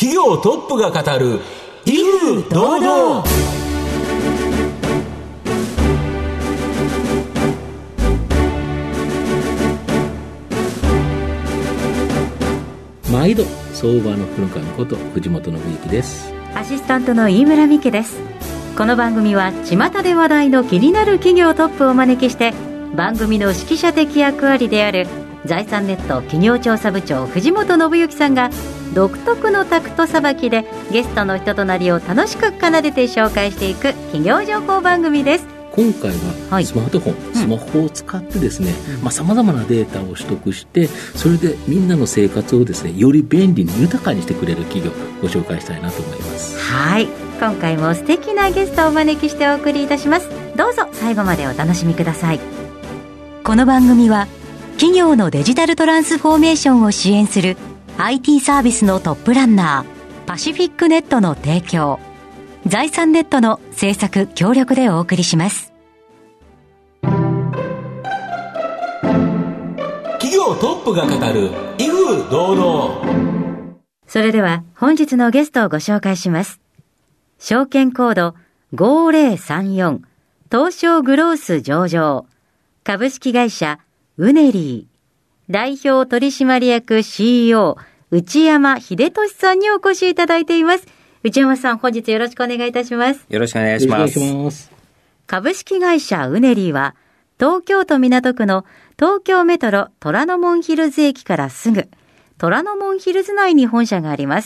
企業トップが語る威風堂々。 毎度相場の福の神こと藤本信之です。 アシスタントの飯村美希です。この番組は巷で話題の気になる企業トップをお招きして、番組の指揮者的役割である財産ネット企業調査部長藤本信之さんが独特のタクトさばきでゲストの人となりを楽しく奏でて紹介していく企業情報番組です。 今回はスマートフォン、スマホを使ってですね、様々なデータを取得して、それでみんなの生活をですね、より便利に豊かにしてくれる企業をご紹介したいなと思います。 はい、今回も素敵なゲストをお招きしてお送りいたします。どうぞ最後までお楽しみください。この番組は企業のデジタルトランスフォーメーションを支援する IT サービスのトップランナーパシフィックネットの提供、財産ネットの制作協力でお送りします。 企業トップが語る威風堂々。 それでは本日のゲストをご紹介します。証券コード5034東証グロース上場株式会社ウネリー代表取締役 CEO 内山秀俊さんにお越しいただいています。内山さん、本日よろしくお願いいたします。 よろしくお願いします。 株式会社ウネリーは東京都港区の東京メトロ虎ノ門ヒルズ駅からすぐ虎ノ門ヒルズ内に本社があります。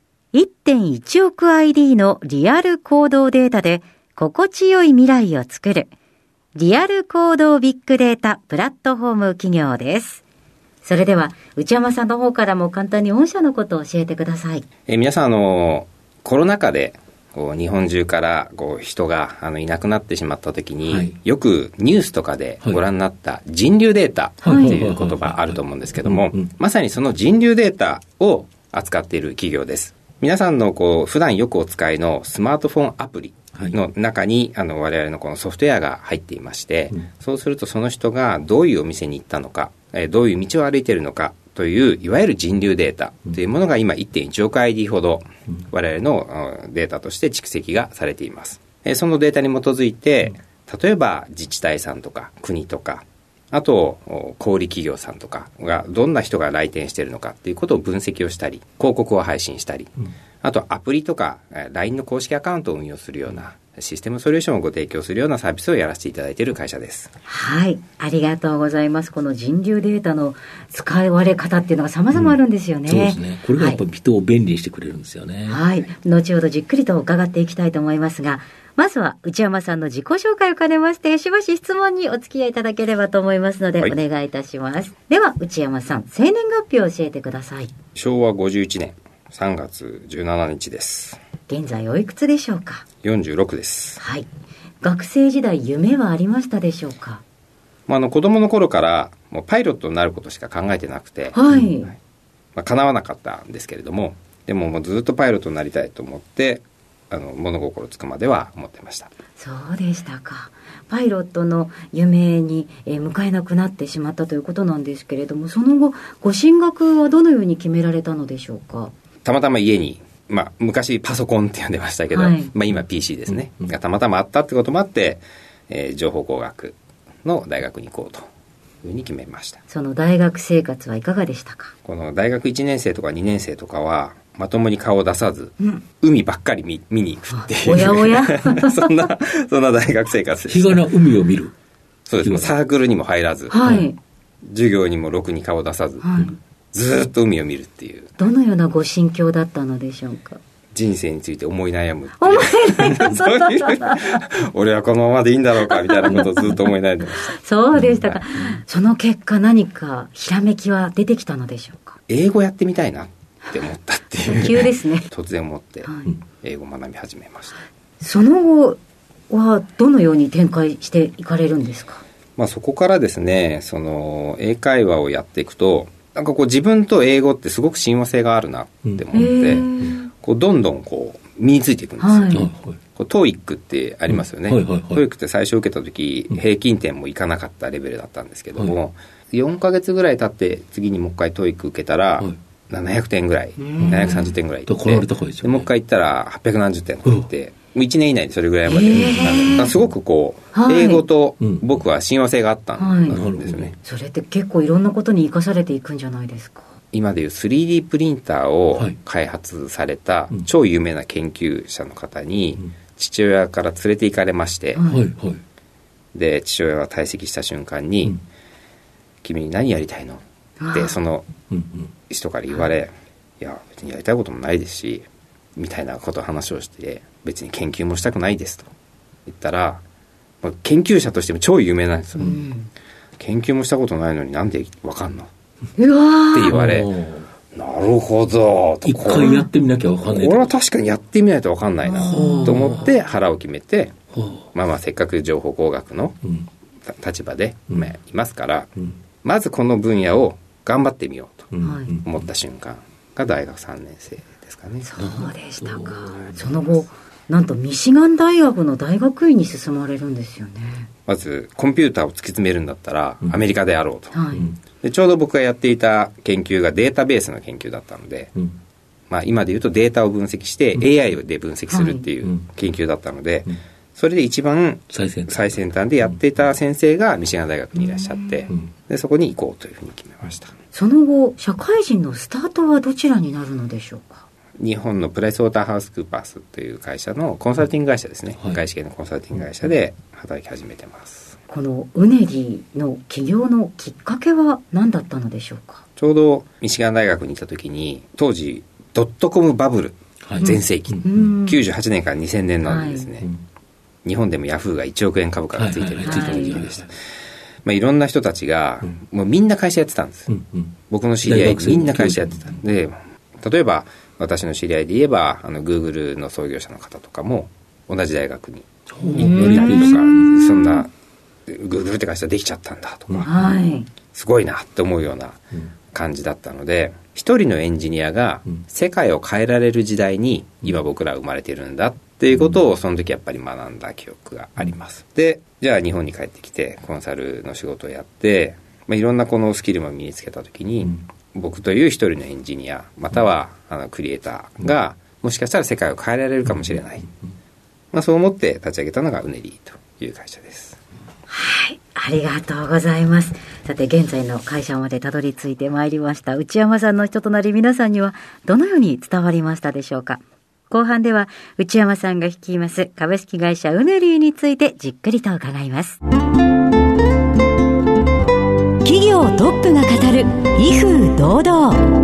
1.1 億 ID のリアル行動データで心地よい未来を作るリアル行動ビッグデータプラットフォーム企業です。それでは内山さんの方からも簡単に御社のことを教えてください。 皆さんコロナ禍で日本中から人がいなくなってしまった時に、よくニュースとかでご覧になった人流データっていう言葉あると思うんですけども、まさにその人流データを扱っている企業です。皆さんの普段よくお使いのスマートフォンアプリの中に我々のこのソフトウェアが入っていまして、そうするとその人がどういうお店に行ったのか、どういう道を歩いているのかといういわゆる人流データというものが今 1.1 億 ID ほど我々のデータとして蓄積がされています。そのデータに基づいて、例えば自治体さんとか国とか、あと小売企業さんとかがどんな人が来店しているのかっていうことを分析をしたり、広告を配信したり、あとアプリとか LINE の公式アカウントを運用するようなシステムソリューションをご提供するようなサービスをやらせていただいている会社です。 はい、ありがとうございます。この人流データの使われ方っていうのが様々あるんですよね。 そうですね。これがやっぱり人を便利にしてくれるんですよね。 はい、後ほどじっくりと伺っていきたいと思いますが、まずは内山さんの自己紹介を兼ねまして、しばし質問にお付き合いいただければと思いますので、お願いいたします。では内山さん、生年月日を教えてください。 昭和51年3月17日です。 現在おいくつでしょうか。 46です。 はい。叶時代夢はありましたでしょうか。 子供の頃からもうパイロットになることしか考えてなくて、叶わなかったんですけれども、でももうずっとパイロットになりたいと思って物心つくまでは思ってました。 そうでしたか。パイロットの夢に向かえなくなってしまったということなんですけれども、その後ご進学はどのように決められたのでしょうか。 たまたま家に昔パソコンって呼んでましたけど、今 PC ですね、がたまたまあったってこともあって、情報工学の大学に行こうというふうに決めました。 その大学生活はいかがでしたか。 この大学1年生とか2年生とかはまともに顔を出さず、海ばっかり 見に行くっていう、 おやおやそんな大学生活で日がな海を見る。 そうです。サークルにも入らず、授業にもろくに顔を出さず、ずっと海を見るっていう。 どのようなご心境だったのでしょうか。 人生について思い悩むっていう俺はこのままでいいんだろうかみたいなことをずっと思い悩んでましたそうでしたか、その結果何かひらめきは出てきたのでしょうか。 英語やってみたいなって思ったっていう急ですね。 突然思って英語を学び始めました。 その後はどのように展開していかれるんですか。 そこからですね、英会話をやっていくと、なんか自分と英語ってすごく親和性があるなって思って、どんどん身についていくんですよ。TOEIC ってありますよね。TOEIC って最初受けた時、平均点もいかなかったレベルだったんですけども、4ヶ月ぐらい経って次にもう一回 TOEIC 受けたら、 700点ぐらい、730点ぐらい行って、 かなり高いですよね。 でもう一回行ったら800何十点とか行って、1年以内にそれぐらいまでなんで、すごくこう、英語と僕は親和性があったんですよね。 それって結構いろんなことに生かされていくんじゃないですか。 今でいう 3D プリンターを開発された超有名な研究者の方に父親から連れて行かれまして、で父親が退席した瞬間に、君何やりたいのってその人から言われ、いや別にやりたいこともないですしみたいなことを話をして、別に研究もしたくないですと言ったら、研究者としても超有名なんですよ、研究もしたことないのになんでわかんのって言われ、なるほどと、 一回やってみなきゃわかんない。 これは確かにやってみないとわかんないなと思って腹を決めて、せっかく情報工学の立場でいますから、まずこの分野を頑張ってみようと思った瞬間が大学3年生ですかね。 そうでしたか。その後なんとミシガン大学の大学院に進まれるんですよね。 まずコンピューターを突き詰めるんだったらアメリカであろうと、でちょうど僕がやっていた研究がデータベースの研究だったので、今でいうとデータを分析して AI で分析するっていう研究だったので、それで一番最先端でやっていた先生がミシガン大学にいらっしゃって、でそこに行こうというふうに決めました。 その後社会人のスタートはどちらになるのでしょうか。 日本のプライスウォーターハウスクーパースという会社のコンサルティング会社ですね、外資系のコンサルティング会社で働き始めてます。 このウネリの起業のきっかけは何だったのでしょうか。 ちょうどミシガン大学にいた時に、当時ドットコムバブル全盛期、98年から2000年なんですね、日本でもヤフーが1億円株価がついてる時期でした。いろんな人たちが、もうみんな会社やってたんです、僕の知り合いみんな会社やってたんで、例えば私の知り合いで言えばGoogle の創業者の方とかも同じ大学に行ったりとか、そんな Google って会社できちゃったんだとか、すごいなって思うような感じだったので、一人のエンジニアが世界を変えられる時代に今僕ら生まれてるんだっていうことをその時やっぱり学んだ記憶があります。でじゃあ日本に帰ってきてコンサルの仕事をやって、いろんなこのスキルも身につけた時に、僕という一人のエンジニアまたはクリエイターがもしかしたら世界を変えられるかもしれない、そう思って立ち上げたのがウネリーという会社です。 はい、ありがとうございます。さて現在の会社までたどり着いてまいりました内山さんの人となり、皆さんにはどのように伝わりましたでしょうか。後半では内山さんが率います株式会社ウネリーについてじっくりと伺います。企業トップが語る威風堂々。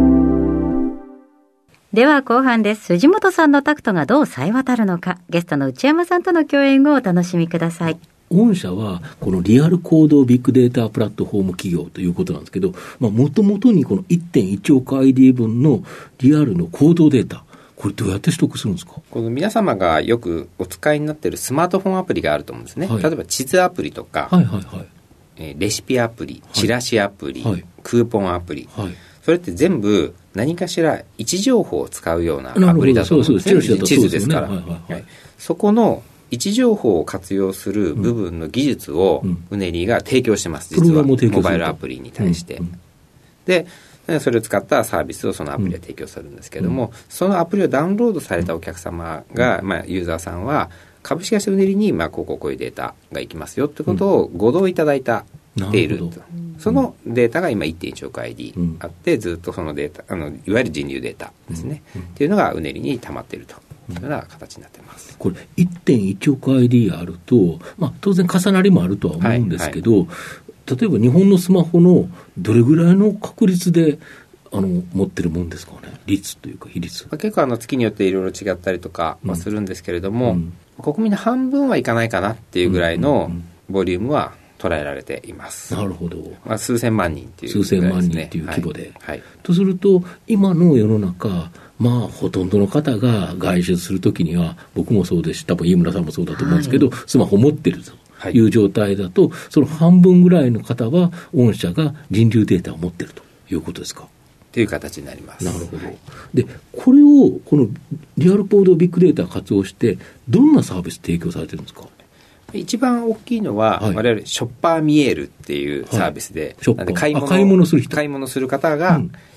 では後半です。藤本さんのタクトがどう冴え渡るのか、ゲストの内山さんとの共演をお楽しみください。 御社はこのリアル行動ビッグデータプラットフォーム企業ということなんですけど、もともとにこの 1.1 億 ID 分のリアルの行動データ、これどうやって取得するんですか。 この皆様がよくお使いになっているスマートフォンアプリがあると思うんですね、例えば地図アプリとか、レシピアプリ、チラシアプリ、クーポンアプリ、それって全部何かしら位置情報を使うようなアプリだと思うんですね。地図ですから、そこの位置情報を活用する部分の技術をウネリーが提供してます、実はモバイルアプリに対して、でそれを使ったサービスをそのアプリで提供するんですけれども、そのアプリをダウンロードされたお客様が、ユーザーさんは株式会社ウネリーにこういうデータがいきますよということをご同意いただいていると、そのデータが今 1.1 億 ID あって、ずっとそのデータいわゆる人流データですね、っていうのがウネリーに溜まっているというような形になっています。 これ 1.1 億 ID あると、当然重なりもあるとは思うんですけど、例えば日本のスマホのどれぐらいの確率で持ってるもんですかね、率というか比率。 結構月によっていろいろ違ったりとかするんですけれども、国民の半分はいかないかなっていうぐらいのボリュームは捉えられています。 なるほど。 数千万人っていう数千万人っていう規模で、とすると今の世の中、ほとんどの方が外出するときには、僕もそうですし多分飯村さんもそうだと思うんですけど、スマホ持ってるという状態だと、その半分ぐらいの方は御社が人流データを持ってるということですか。 という形になります。 なるほど。でこれをこのリアルコードビッグデータを活用してどんなサービス提供されてるんですか。 一番大きいのは、我々ショッパー見えるっていうサービスで、なんで買い物する方が、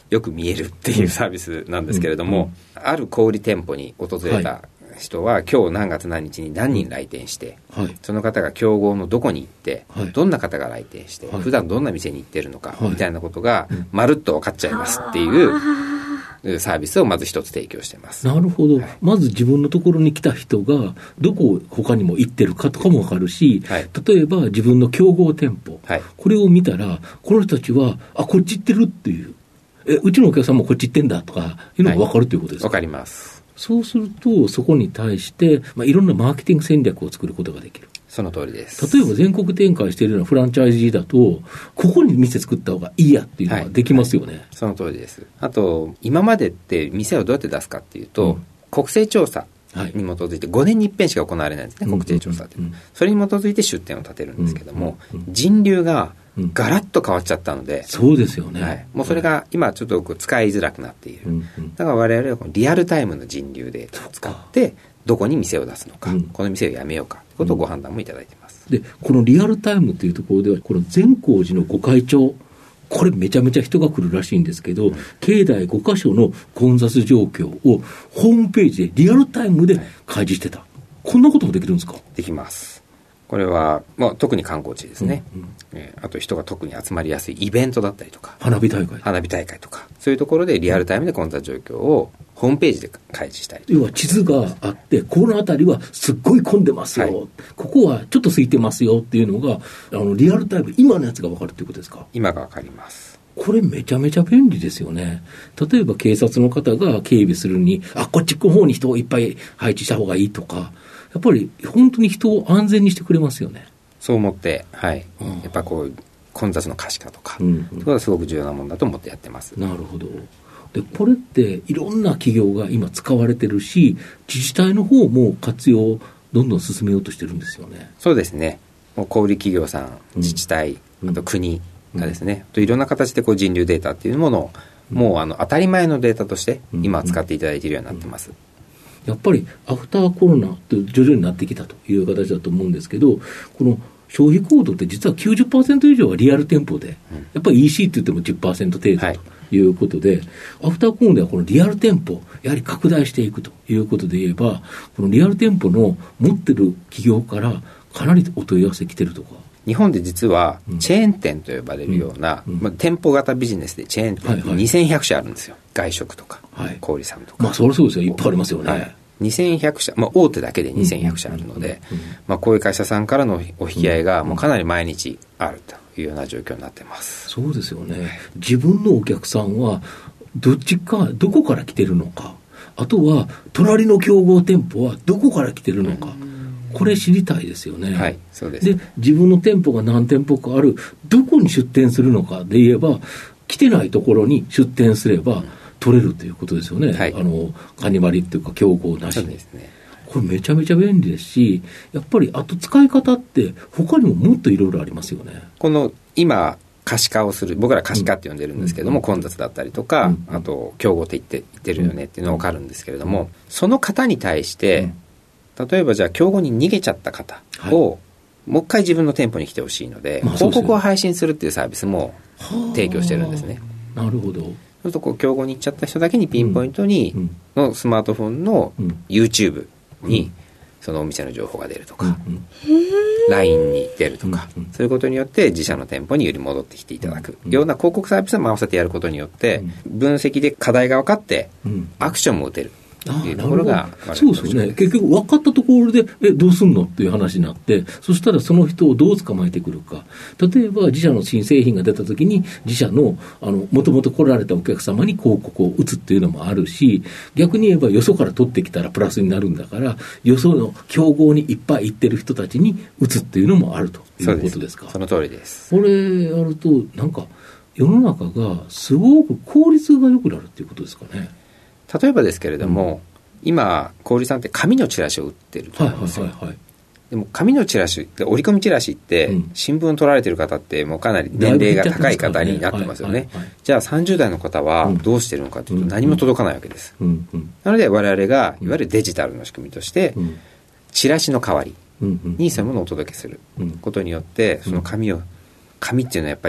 よく見えるっていうサービスなんですけれども、ある小売店舗に訪れた人は、今日何月何日に何人来店して、その方が競合のどこに行って、どんな方が来店して、普段どんな店に行ってるのか、みたいなことがまるっと分かっちゃいますっていうサービスをまず一つ提供しています。 なるほど、まず自分のところに来た人がどこ他にも行ってるかとかも分かるし、例えば自分の競合店舗、これを見たらこの人たちはこっち行ってるっていう、うちのお客さんもこっち行ってんだとかいうのが分かるということですか。 分かります。 そうするとそこに対して、いろんなマーケティング戦略を作ることができる。 その通りです。 例えば全国展開しているようなフランチャイジーだと、ここに店作った方がいいやっていうのができますよね。 その通りです。あと今までって店をどうやって出すかっていうと、国勢調査に基づいて5年に一遍しか行われないんですね、国勢調査って。それに基づいて出店を立てるんですけども、人流がガラッと変わっちゃったので、 そうですよね、 もうそれが今ちょっと使いづらくなっている、だから我々はリアルタイムの人流データを使ってどこに店を出すのか、この店をやめようかということをご判断もいただいています。 でこのリアルタイムというところでは、この善光寺の御開帳、これめちゃめちゃ人が来るらしいんですけど、境内5カ所の混雑状況をホームページでリアルタイムで開示してた、こんなこともできるんですか。 できます。これは、特に観光地ですね、あと人が特に集まりやすいイベントだったりとか、 花火大会とか、そういうところでリアルタイムで混雑状況をホームページで開示したり、 要は地図があって、この辺りはすっごい混んでますよ、ここはちょっと空いてますよっていうのがリアルタイム、今のやつが分かるということですか。 今が分かります。 これめちゃめちゃ便利ですよね。例えば警察の方が警備するに、こっちの方に人をいっぱい配置した方がいいとか、やっぱり本当に人を安全にしてくれますよね。 そう思って、やっぱこう混雑の可視化とか、そういうことはすごく重要なものだと思ってやってます。 なるほど。でこれっていろんな企業が今使われてるし、自治体の方も活用をどんどん進めようとしてるんですよね。 そうですね。もう小売企業さん、自治体、あと国がですね、といろんな形でこう人流データっていうものを、もう当たり前のデータとして今使っていただいているようになってます。やっぱりアフターコロナって徐々になってきたという形だと思うんですけど、この消費行動って実は 90% 以上はリアル店舗で、やっぱり EC って言っても 10% 程度ということで、アフターコロナではこのリアル店舗やはり拡大していくということで言えば、このリアル店舗の持ってる企業からかなりお問い合わせ来てるとか。 日本で実はチェーン店と呼ばれるような、店舗型ビジネスでチェーン店って2100社あるんですよ。外食とか、小売さんとか。 そりゃそうですよ。いっぱいありますよね。 2100社、大手だけで2100社あるので、こういう会社さんからのお引き合いがもうかなり毎日あるというような状況になってます。 そうですよね。自分のお客さんはどこから来てるのか、あとは隣の競合店舗はどこから来てるのか、これ知りたいですよね。 そうです。 で、自分の店舗が何店舗かある、どこに出店するのかで言えば、来てないところに出店すれば取れるということですよね。カニバリっていうか競合なしに。そうですね。これめちゃめちゃ便利ですし、やっぱりあと使い方って他にももっといろいろありますよね。 この今可視化をする、僕ら可視化って呼んでるんですけども、混雑だったりとか、あと競合って言ってるよねっていうのが分かるんですけれども、その方に対して、例えばじゃあ競合に逃げちゃった方を、もう一回自分の店舗に来てほしいので、広告を配信するっていうサービスも提供してるんですね。 なるほど。 そうすると競合に行っちゃった人だけにピンポイントにのスマートフォンの YouTube にそのお店の情報が出るとか、LINE に出るとか、そういうことによって自社の店舗により戻ってきていただくような広告サービスを合わせてやることによって分析で課題が分かってアクションも打てるっていうところが、 そうですよね。結局分かったところでどうすんのっていう話になって、そしたらその人をどう捕まえてくるか。例えば自社の新製品が出た時に自社のもともと来られたお客様に広告を打つっていうのもあるし、逆に言えばよそから取ってきたらプラスになるんだから、よその競合にいっぱい行ってる人たちに打つっていうのもあるということですか。 その通りです。 これやるとなんか世の中がすごく効率が良くなるっていうことですかね。 例えばですけれども、今小売さんって紙のチラシを売ってると思うんですよ。でも紙のチラシって折り込みチラシって新聞取られてる方ってもうかなり年齢が高い方になってますよね。じゃあ30代の方はどうしてるのかというと何も届かないわけです。なので我々がいわゆるデジタルの仕組みとしてチラシの代わりにそういうものをお届けすることによって、その紙っていうのはやっぱり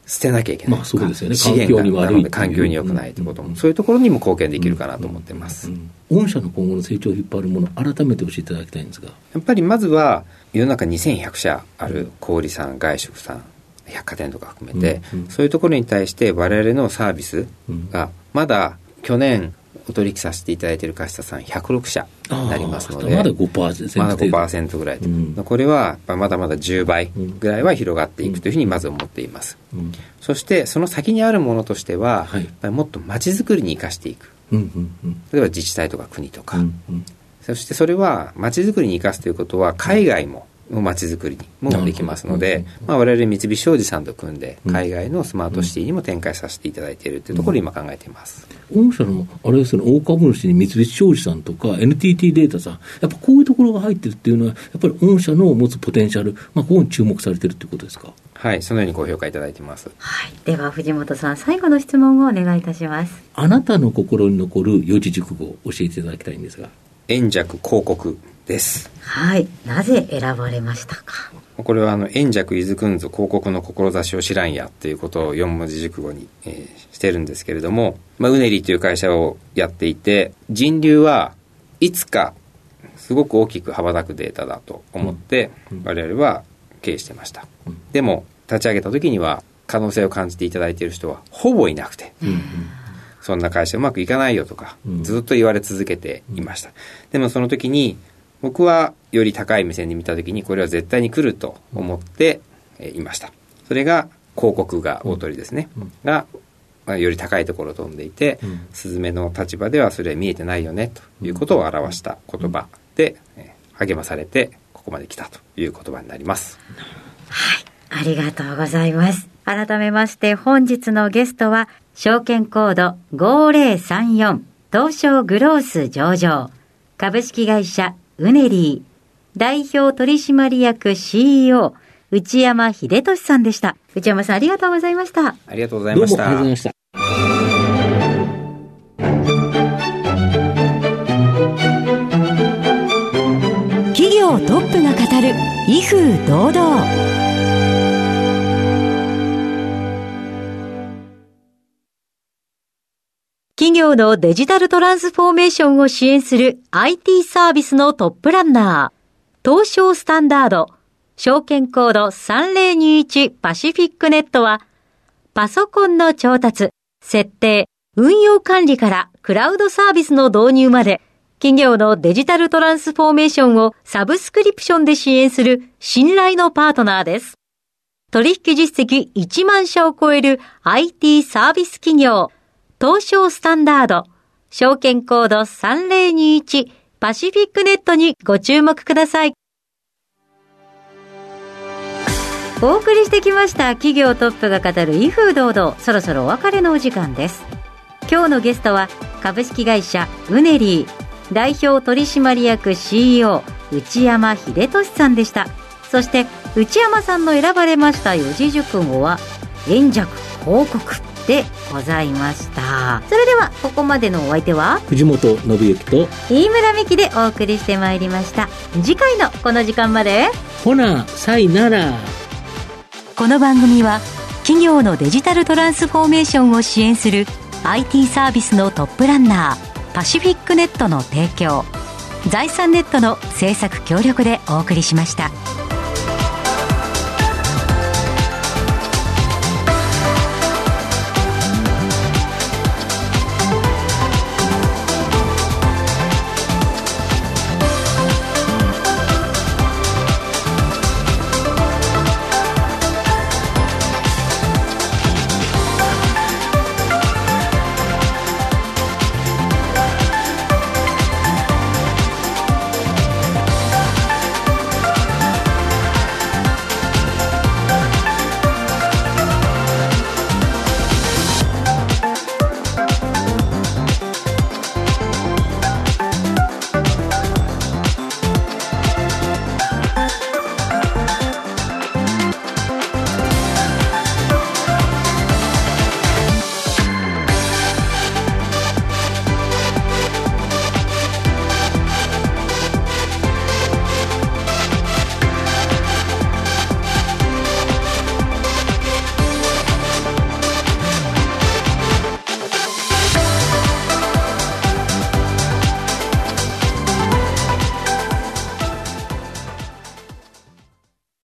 捨てなきゃいけないとか、 そうですよね、 資源がなので環境に良くないということも、そういうところにも貢献できるかなと思っています。 御社の今後の成長を引っ張るもの、改めて教えていただきたいんですが、 やっぱりまずは世の中2100社ある小売さん、外食さん、百貨店とか含めて、そういうところに対して我々のサービスがまだ去年お取引させていただいている会社さん106社になりますので、 まだ 5%、 まだ 5% ぐらい、これはまだまだ10倍ぐらいは広がっていくというふうにまず思っています。そしてその先にあるものとしては、もっと街づくりに生かしていく、例えば自治体とか国とか、そしてそれは街づくりに生かすということは海外も街づくりにもできますので、我々三菱商事さんと組んで海外のスマートシティにも展開させていただいているというところを今考えています。 御社のあれですね、大株主に三菱商事さんとか NTT データさん、やっぱこういうところが入ってるっていうのは、やっぱり御社の持つポテンシャル、ここに注目されてるということですか。 はい、そのようにご評価いただいています。 はい、では藤本さん、最後の質問をお願いいたします。 あなたの心に残る四字熟語を教えていただきたいんですが。 円弱広告です。 はい、なぜ選ばれましたか。 これは円弱伊豆くんぞ広告の志を知らんやということを4文字熟語に、してるんですけれども、ウネリーという会社をやっていて、人流はいつかすごく大きく羽ばたくデータだと思って我々は経営してました。でも立ち上げた時には可能性を感じていただいている人はほぼいなくて、そんな会社うまくいかないよとかずっと言われ続けていました。でもその時に僕はより高い目線で見た時にこれは絶対に来ると思っていました。それが広告が大鳥ですね、がより高いところを飛んでいて、スズメの立場ではそれは見えてないよねということを表した言葉で、励まされてここまで来たという言葉になります。 はい、ありがとうございます。改めまして本日のゲストは証券コード5034東証グロース上場株式会社ウネリー代表取締役 CEO 内山秀俊さんでした。内山さん、ありがとうございました。 ありがとうございました。 どうもありがとうございました。 企業トップが語る威風堂々。 企業のデジタルトランスフォーメーションを支援する IT サービスのトップランナー、東証スタンダード、証券コード3021パシフィックネットは、パソコンの調達、設定、運用管理からクラウドサービスの導入まで、企業のデジタルトランスフォーメーションをサブスクリプションで支援する信頼のパートナーです。取引実績1万社を超える IT サービス企業、東証スタンダード、証券コード3021パシフィックネットにご注目ください。お送りしてきました企業トップが語る威風堂々、そろそろお別れのお時間です。今日のゲストは株式会社ウネリー代表取締役 CEO 内山秀俊さんでした。そして内山さんの選ばれました四字熟語は円弱広告でございました。それではここまでのお相手は藤本信之と飯村美希でお送りしてまいりました。次回のこの時間までほなさいなら。 この番組は企業のデジタルトランスフォーメーションを支援する IT サービスのトップランナーパシフィックネットの提供、財産ネットの制作協力でお送りしました。